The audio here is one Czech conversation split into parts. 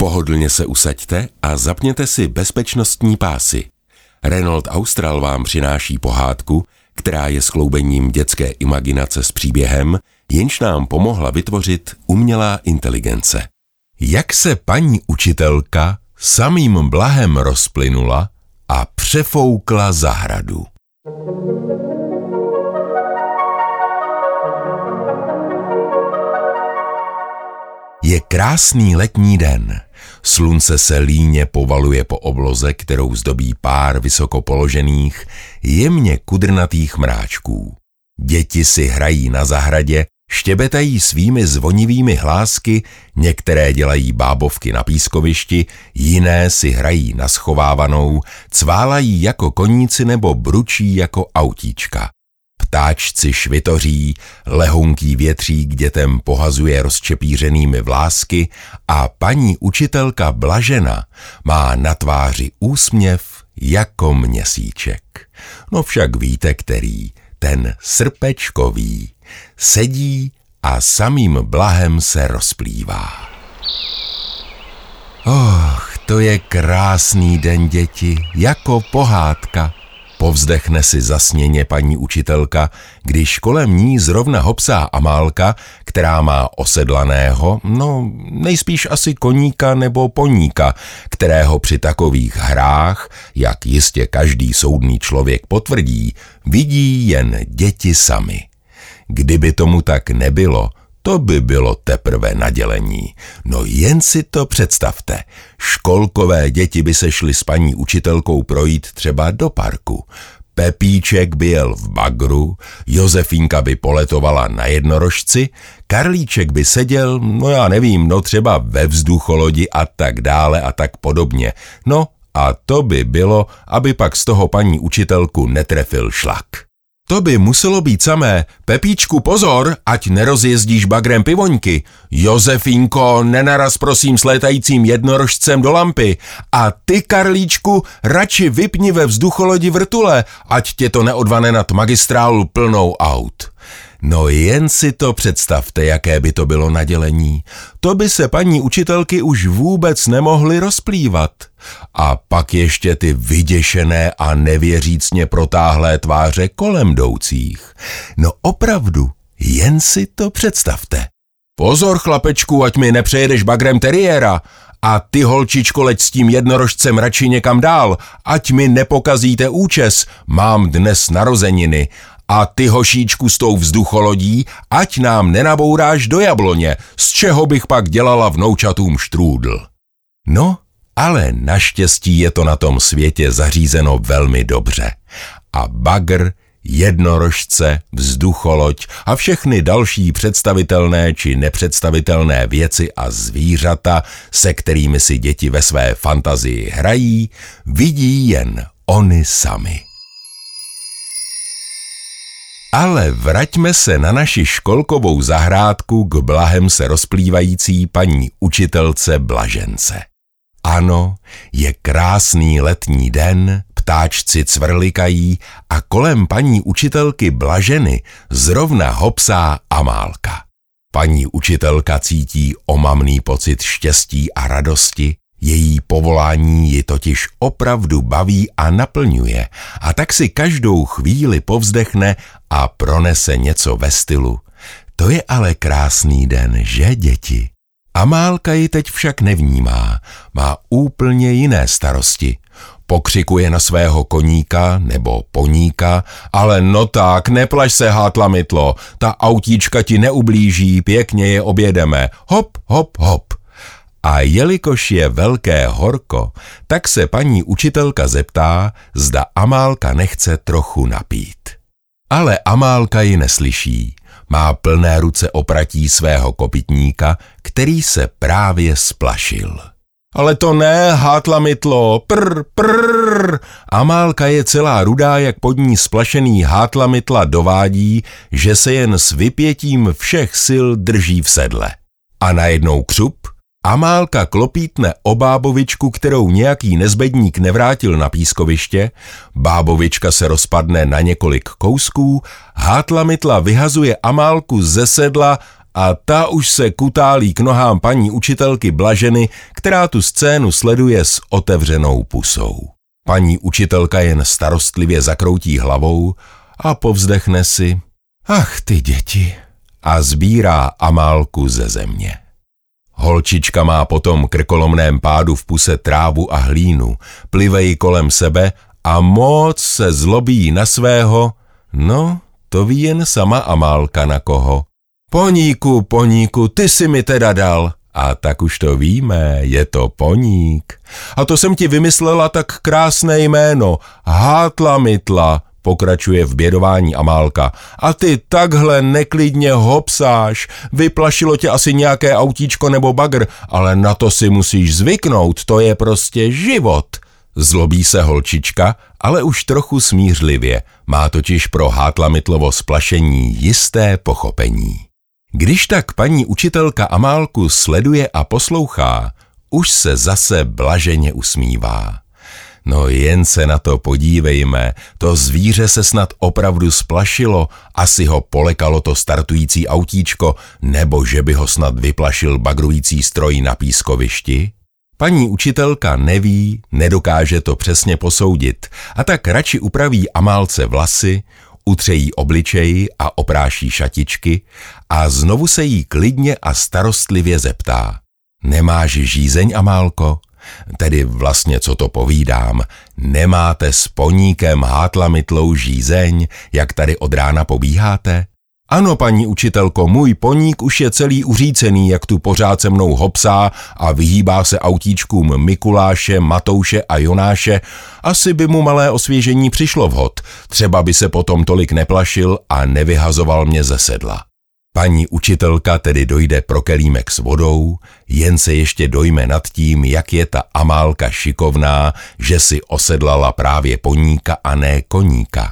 Pohodlně se usaďte a zapněte si bezpečnostní pásy. Renault Austral vám přináší pohádku, která je skloubením dětské imaginace s příběhem, jenž nám pomohla vytvořit umělá inteligence. Jak se paní učitelka samým blahem rozplynula a přefoukla zahradu. Je krásný letní den. Slunce se líně povaluje po obloze, kterou zdobí pár vysoko položených, jemně kudrnatých mráčků. Děti si hrají na zahradě, štěbetají svými zvonivými hlásky, některé dělají bábovky na pískovišti, jiné si hrají na schovávanou, cválají jako koníci nebo bručí jako autíčka. Ptáčci švitoří, lehonký větřík dětem pohazuje rozčepířenými vlásky a paní učitelka Blažena má na tváři úsměv jako měsíček. No však víte který, ten srpečkový, sedí a samým blahem se rozplývá. To je krásný den, děti, jako pohádka. Povzdechne si zasněně paní učitelka, když kolem ní zrovna hopsá Amálka, která má osedlaného, nejspíš asi koníka nebo poníka, kterého při takových hrách, jak jistě každý soudný člověk potvrdí, vidí jen děti sami. Kdyby tomu tak nebylo, to by bylo teprve nadělení. No jen si to představte. Školkové děti by se šly s paní učitelkou projít třeba do parku. Pepíček by jel v bagru, Josefínka by poletovala na jednorožci, Karlíček by seděl, třeba ve vzducholodi a tak dále a tak podobně. A to by bylo, aby pak z toho paní učitelku netrefil šlak. To by muselo být samé. Pepíčku, pozor, ať nerozjezdíš bagrem pivoňky. Josefínko, nenaraz prosím s létajícím jednorožcem do lampy. A ty, Karlíčku, radši vypni ve vzducholodi vrtule, ať tě to neodvane nad magistrálu plnou aut. No jen si to představte, jaké by to bylo nadělení. To by se paní učitelky už vůbec nemohly rozplývat. A pak ještě ty vyděšené a nevěřícně protáhlé tváře kolem jdoucích. No opravdu, jen si to představte. Pozor, chlapečku, ať mi nepřejedeš bagrem teriéra. A ty, holčičko, leď s tím jednorožcem radši někam dál, ať mi nepokazíte účes, mám dnes narozeniny. A ty, hošíčku, s tou vzducholodí, ať nám nenabouráš do jabloně, z čeho bych pak dělala vnoučatům štrůdl. No, ale naštěstí je to na tom světě zařízeno velmi dobře. A bagr, jednorožce, vzducholoď a všechny další představitelné či nepředstavitelné věci a zvířata, se kterými si děti ve své fantazii hrají, vidí jen oni sami. Ale vraťme se na naši školkovou zahrádku k blahem se rozplývající paní učitelce Blažence. Ano, je krásný letní den, ptáčci cvrlikají a kolem paní učitelky Blaženy zrovna hopsá Amálka. Paní učitelka cítí omamný pocit štěstí a radosti, její povolání ji totiž opravdu baví a naplňuje, a tak si každou chvíli povzdechne a pronese něco ve stylu: to je ale krásný den, že, děti? Amálka ji teď však nevnímá, má úplně jiné starosti. Pokřikuje na svého koníka nebo poníka, ale no tak, neplaš se, hátlamitlo, ta autíčka ti neublíží, pěkně je objedeme, hop, hop, hop. A jelikož je velké horko, tak se paní učitelka zeptá, zda Amálka nechce trochu napít. Ale Amálka ji neslyší. Má plné ruce opratí svého kopytníka, který se právě splašil. Ale to ne, hátlamitlo, prr. Amálka je celá rudá, jak pod ní splašený hátlamitla dovádí, že se jen s vypětím všech sil drží v sedle. A najednou křup, Amálka klopítne o bábovičku, kterou nějaký nezbedník nevrátil na pískoviště, bábovička se rozpadne na několik kousků, hátlamitla vyhazuje Amálku ze sedla a ta už se kutálí k nohám paní učitelky Blaženy, která tu scénu sleduje s otevřenou pusou. Paní učitelka jen starostlivě zakroutí hlavou a povzdechne si: ach ty děti, a sbírá Amálku ze země. Holčička má po tom krkolomném pádu v puse trávu a hlínu, plive ji kolem sebe a moc se zlobí na svého, no, to ví jen sama Amálka na koho. Poníku, ty si mi teda dal. A tak už to víme, je to Poník. A to jsem ti vymyslela tak krásné jméno, Hátlamitla, pokračuje v bědování Amálka. A ty takhle neklidně hopsáš, vyplašilo tě asi nějaké autíčko nebo bagr, ale na to si musíš zvyknout, to je prostě život. Zlobí se holčička, ale už trochu smířlivě, má totiž pro Hátlamitlovo splašení jisté pochopení. Když tak paní učitelka Amálku sleduje a poslouchá, už se zase blaženě usmívá. No jen se na to podívejme, to zvíře se snad opravdu splašilo, asi ho polekalo to startující autíčko, nebo že by ho snad vyplašil bagrující stroj na pískovišti? Paní učitelka neví, nedokáže to přesně posoudit a tak radši upraví Amálce vlasy, utře jí obličej a opráší šatičky a znovu se jí klidně a starostlivě zeptá: nemáš žízeň, Amálko? Tedy vlastně, co to povídám, nemáte s Poníkem Hátlamitlou žízeň, jak tady od rána pobíháte? Ano, paní učitelko, můj Poník už je celý uřícený, jak tu pořád se mnou hopsá a vyhýbá se autíčkům Mikuláše, Matouše a Jonáše. Asi by mu malé osvěžení přišlo vhod, třeba by se potom tolik neplašil a nevyhazoval mě ze sedla. Paní učitelka tedy dojde pro kelímek s vodou, jen se ještě dojme nad tím, jak je ta Amálka šikovná, že si osedlala právě Poníka a ne koníka.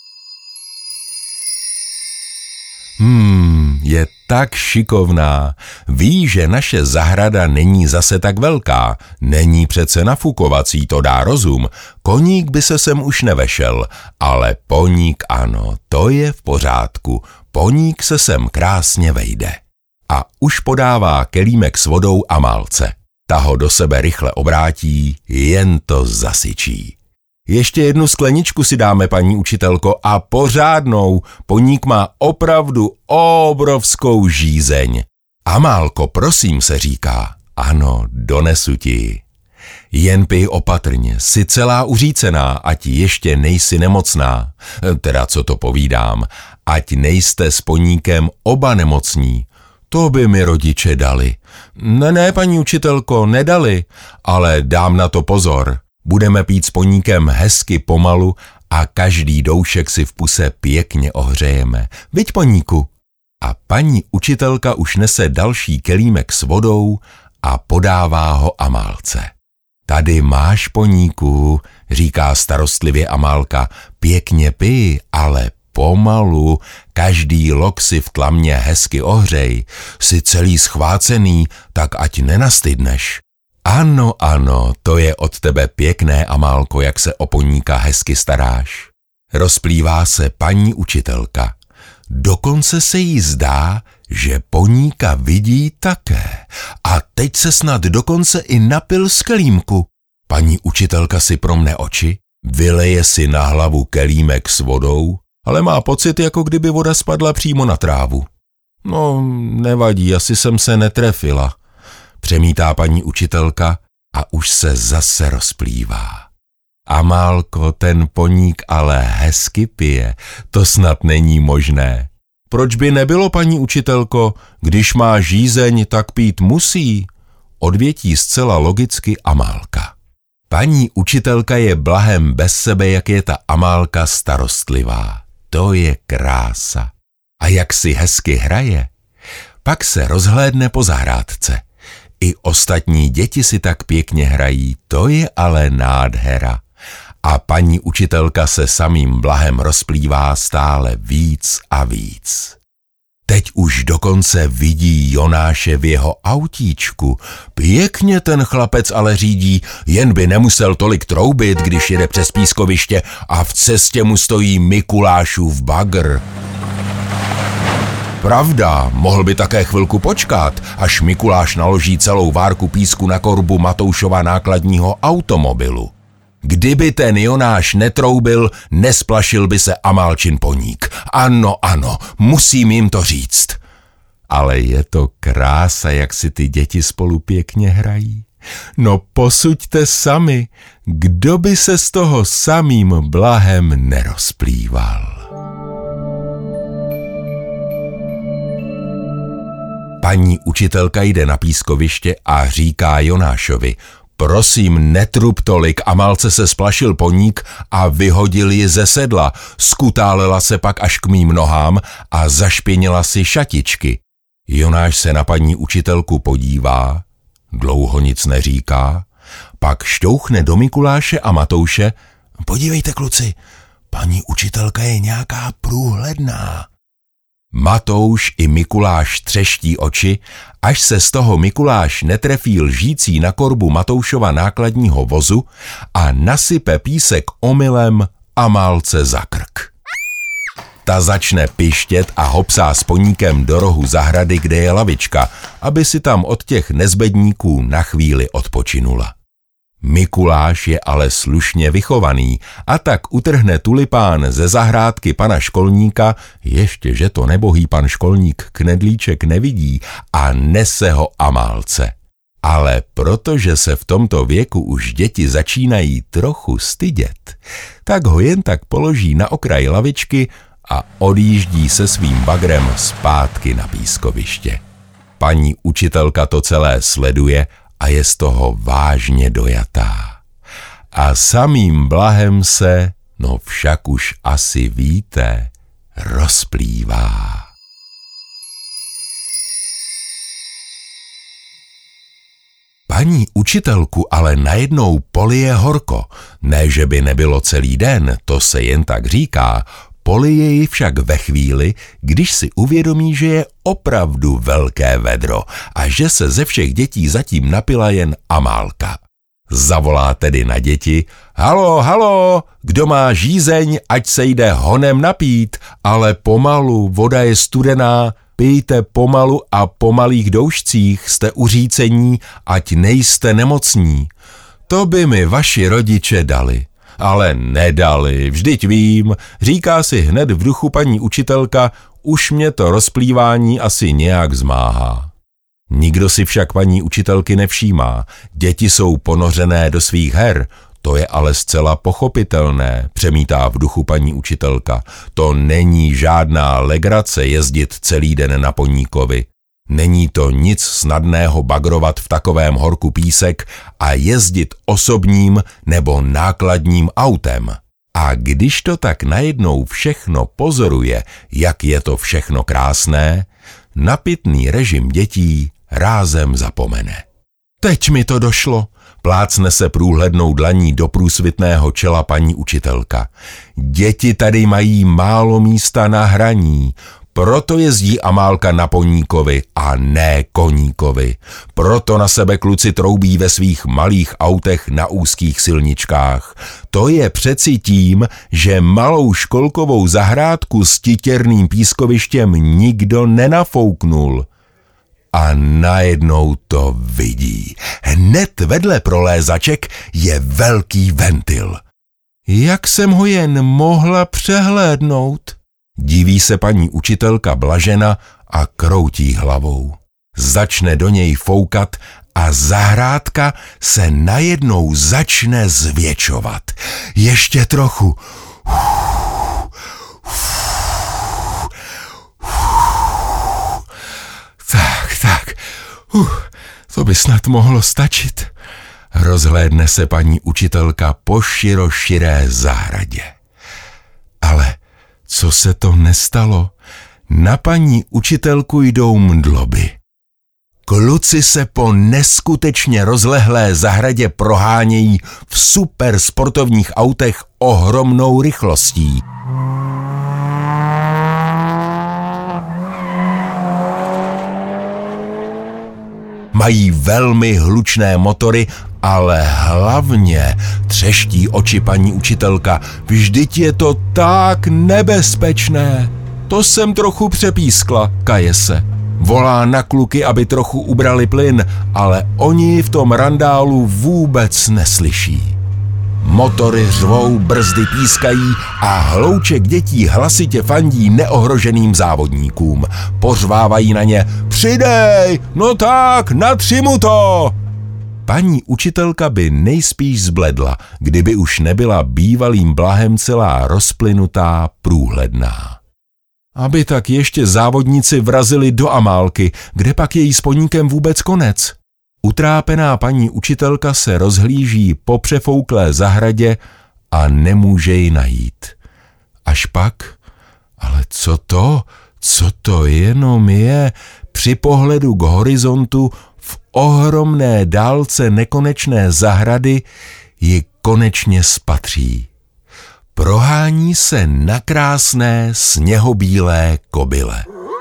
Je tak šikovná. Ví, že naše zahrada není zase tak velká. Není přece nafukovací, to dá rozum. Koník by se sem už nevešel, ale Poník ano, to je v pořádku. Poník se sem krásně vejde. A už podává kelímek s vodou Amálce. Ta ho do sebe rychle obrátí, jen to zasyčí. Ještě jednu skleničku si dáme, paní učitelko, a pořádnou. Poník má opravdu obrovskou žízeň. Amálko, prosím, se říká. Ano, donesu ti. Jen pij opatrně, jsi celá uřícená, ať ještě nejsi nemocná. Teda co to povídám, ať nejste s Poníkem oba nemocní. To by mi rodiče dali. Ne, paní učitelko, nedali, ale dám na to pozor. Budeme pít s Poníkem hezky pomalu a každý doušek si v puse pěkně ohřejeme. Viď, Poníku? A paní učitelka už nese další kelímek s vodou a podává ho Amálce. Tady máš, Poníku, říká starostlivě Amálka, pěkně pij, ale pomalu, každý lok si v tlamě hezky ohřej, jsi celý schvácený, tak ať nenastydneš. Ano, to je od tebe pěkné, Amálko, jak se o Poníka hezky staráš. Rozplývá se paní učitelka. Dokonce se jí zdá, že Poníka vidí také. A teď se snad dokonce i napil z kelímku. Paní učitelka si promne oči, vyleje si na hlavu kelímek s vodou, ale má pocit, jako kdyby voda spadla přímo na trávu. No, nevadí, asi jsem se netrefila, přemítá paní učitelka a už se zase rozplývá. Amálko, ten Poník ale hezky pije, to snad není možné. Proč by nebylo, paní učitelko, když má žízeň, tak pít musí? Odvětí zcela logicky Amálka. Paní učitelka je blahem bez sebe, jak je ta Amálka starostlivá. To je krása. A jak si hezky hraje. Pak se rozhlédne po zahrádce. I ostatní děti si tak pěkně hrají, to je ale nádhera. A paní učitelka se samým blahem rozplývá stále víc a víc. Teď už dokonce vidí Jonáše v jeho autíčku. Pěkně ten chlapec ale řídí, jen by nemusel tolik troubit, když jede přes pískoviště a v cestě mu stojí Mikulášův bagr. Pravda, mohl by také chvilku počkat, až Mikuláš naloží celou várku písku na korbu Matoušova nákladního automobilu. Kdyby ten Jonáš netroubil, nesplašil by se Amálčin poník. Ano, musím jim to říct. Ale je to krása, jak si ty děti spolu pěkně hrají. No posuďte sami, kdo by se z toho samým blahem nerozplýval. Paní učitelka jde na pískoviště a říká Jonášovi: prosím, netrup tolik, Amálce se splašil poník a vyhodil ji ze sedla, skutálela se pak až k mým nohám a zašpinila si šatičky. Jonáš se na paní učitelku podívá, dlouho nic neříká, pak šťouchne do Mikuláše a Matouše: podívejte, kluci, paní učitelka je nějaká průhledná. Matouš i Mikuláš třeští oči, až se z toho Mikuláš netrefí lžící na korbu Matoušova nákladního vozu a nasype písek omylem Amálce za krk. Ta začne pištět a hopsá s poníkem do rohu zahrady, kde je lavička, aby si tam od těch nezbedníků na chvíli odpočinula. Mikuláš je ale slušně vychovaný a tak utrhne tulipán ze zahrádky pana školníka, ještě že to nebohý pan školník knedlíček nevidí, a nese ho Amálce. Ale protože se v tomto věku už děti začínají trochu stydět, tak ho jen tak položí na okraj lavičky a odjíždí se svým bagrem zpátky na pískoviště. Paní učitelka to celé sleduje a je z toho vážně dojatá. A samým blahem se, no však už asi víte, rozplývá. Paní učitelku ale najednou polije horko. Ne, že by nebylo celý den, to se jen tak říká. Polije ji však ve chvíli, když si uvědomí, že je opravdu velké vedro a že se ze všech dětí zatím napila jen Amálka. Zavolá tedy na děti: halo, kdo má žízeň, ať se jde honem napít, ale pomalu, voda je studená, pijte pomalu a po malých doušcích, jste uřícení, ať nejste nemocní. To by mi vaši rodiče dali. Ale nedali, vždyť vím, říká si hned v duchu paní učitelka, už mě to rozplývání asi nějak zmáhá. Nikdo si však paní učitelky nevšímá, děti jsou ponořené do svých her, to je ale zcela pochopitelné, přemítá v duchu paní učitelka. To není žádná legrace jezdit celý den na poníkovi. Není to nic snadného bagrovat v takovém horku písek a jezdit osobním nebo nákladním autem. A když to tak najednou všechno pozoruje, jak je to všechno krásné, na pitný režim dětí rázem zapomene. Teď mi to došlo, plácne se průhlednou dlaní do průsvitného čela paní učitelka. Děti tady mají málo místa na hraní, proto jezdí Amálka na poníkovi a ne koníkovi. Proto na sebe kluci troubí ve svých malých autech na úzkých silničkách. To je přeci tím, že malou školkovou zahrádku s titěrným pískovištěm nikdo nenafouknul. A najednou to vidí. Hned vedle prolézaček je velký ventil. Jak jsem ho jen mohla přehlédnout? Diví se paní učitelka Blažena a kroutí hlavou. Začne do něj foukat a zahrádka se najednou začne zvětšovat. Ještě trochu. Tak. To by snad mohlo stačit. Rozhlédne se paní učitelka po široširé zahradě. Ale co se to nestalo? Na paní učitelku jdou mdloby. Kluci se po neskutečně rozlehlé zahradě prohánějí v super sportovních autech ohromnou rychlostí. Mají velmi hlučné motory, ale hlavně třeští oči paní učitelka. Vždyť je to tak nebezpečné. To jsem trochu přepískla, kaje se. Volá na kluky, aby trochu ubrali plyn, ale oni v tom randálu vůbec neslyší. Motory řvou, brzdy pískají a hlouček dětí hlasitě fandí neohroženým závodníkům. Pořvávají na ně: přidej, no tak, natři mu to! Paní učitelka by nejspíš zbledla, kdyby už nebyla bývalým blahem celá rozplynutá, průhledná. Aby tak ještě závodníci vrazili do Amálky, kde pak je jí s poníkem vůbec konec. Utrápená paní učitelka se rozhlíží po přefouklé zahradě a nemůže ji najít. Až pak, ale co to jenom je, při pohledu k horizontu v ohromné dálce nekonečné zahrady ji konečně spatří. Prohání se na krásné sněhobílé kobyle.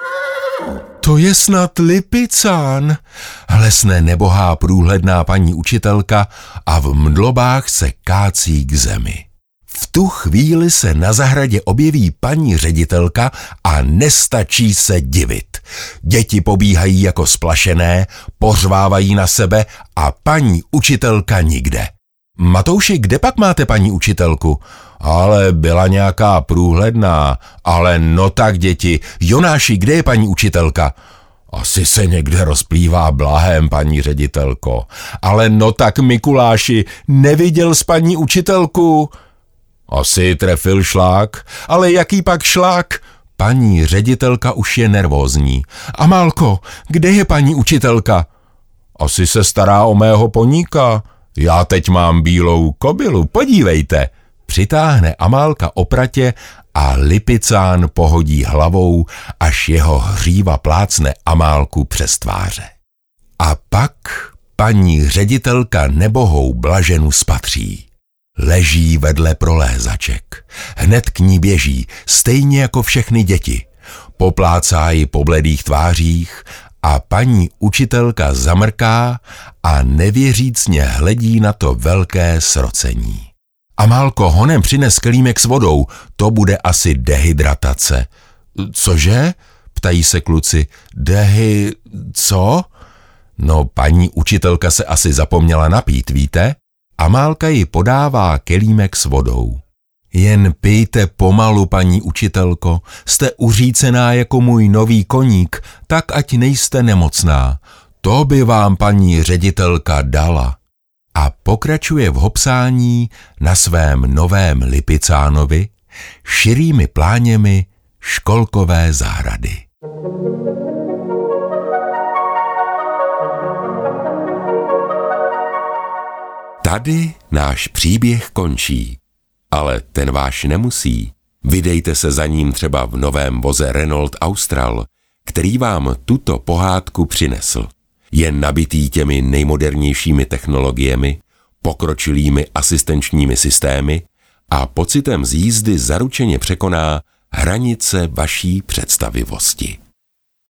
To je snad Lipicán, hlesne nebohá průhledná paní učitelka a v mdlobách se kácí k zemi. V tu chvíli se na zahradě objeví paní ředitelka a nestačí se divit. Děti pobíhají jako splašené, pořvávají na sebe a paní učitelka nikde. Matouši, kde pak máte paní učitelku? Ale byla nějaká průhledná. Ale no tak, děti, Jonáši, kde je paní učitelka? Asi se někde rozplývá blahem, paní ředitelko. Ale no tak, Mikuláši, neviděl jsi paní učitelku? Asi trefil šlák. Ale jaký pak šlák? Paní ředitelka už je nervózní. Amálko, kde je paní učitelka? Asi se stará o mého poníka. Já teď mám bílou kobylu, podívejte. Přitáhne Amálka opratě a Lipicán pohodí hlavou, až jeho hříva plácne Amálku přes tváře. A pak paní ředitelka nebohou Blaženu spatří. Leží vedle prolézaček. Hned k ní běží, stejně jako všechny děti. Poplácá ji po bledých tvářích a paní učitelka zamrká a nevěřícně hledí na to velké srocení. Amálko, honem přines kelímek s vodou, to bude asi dehydratace. Cože? Ptají se kluci. Co? No, paní učitelka se asi zapomněla napít, víte? Amálka ji podává kelímek s vodou. Jen pijte pomalu, paní učitelko, jste uřícená jako můj nový koník, tak ať nejste nemocná. To by vám paní ředitelka dala. A pokračuje v hopsání na svém novém Lipicánovi širými pláněmi školkové zahrady. Tady náš příběh končí, ale ten váš nemusí. Vydejte se za ním třeba v novém voze Renault Austral, který vám tuto pohádku přinesl. Je nabitý těmi nejmodernějšími technologiemi, pokročilými asistenčními systémy a pocitem z jízdy zaručeně překoná hranice vaší představivosti.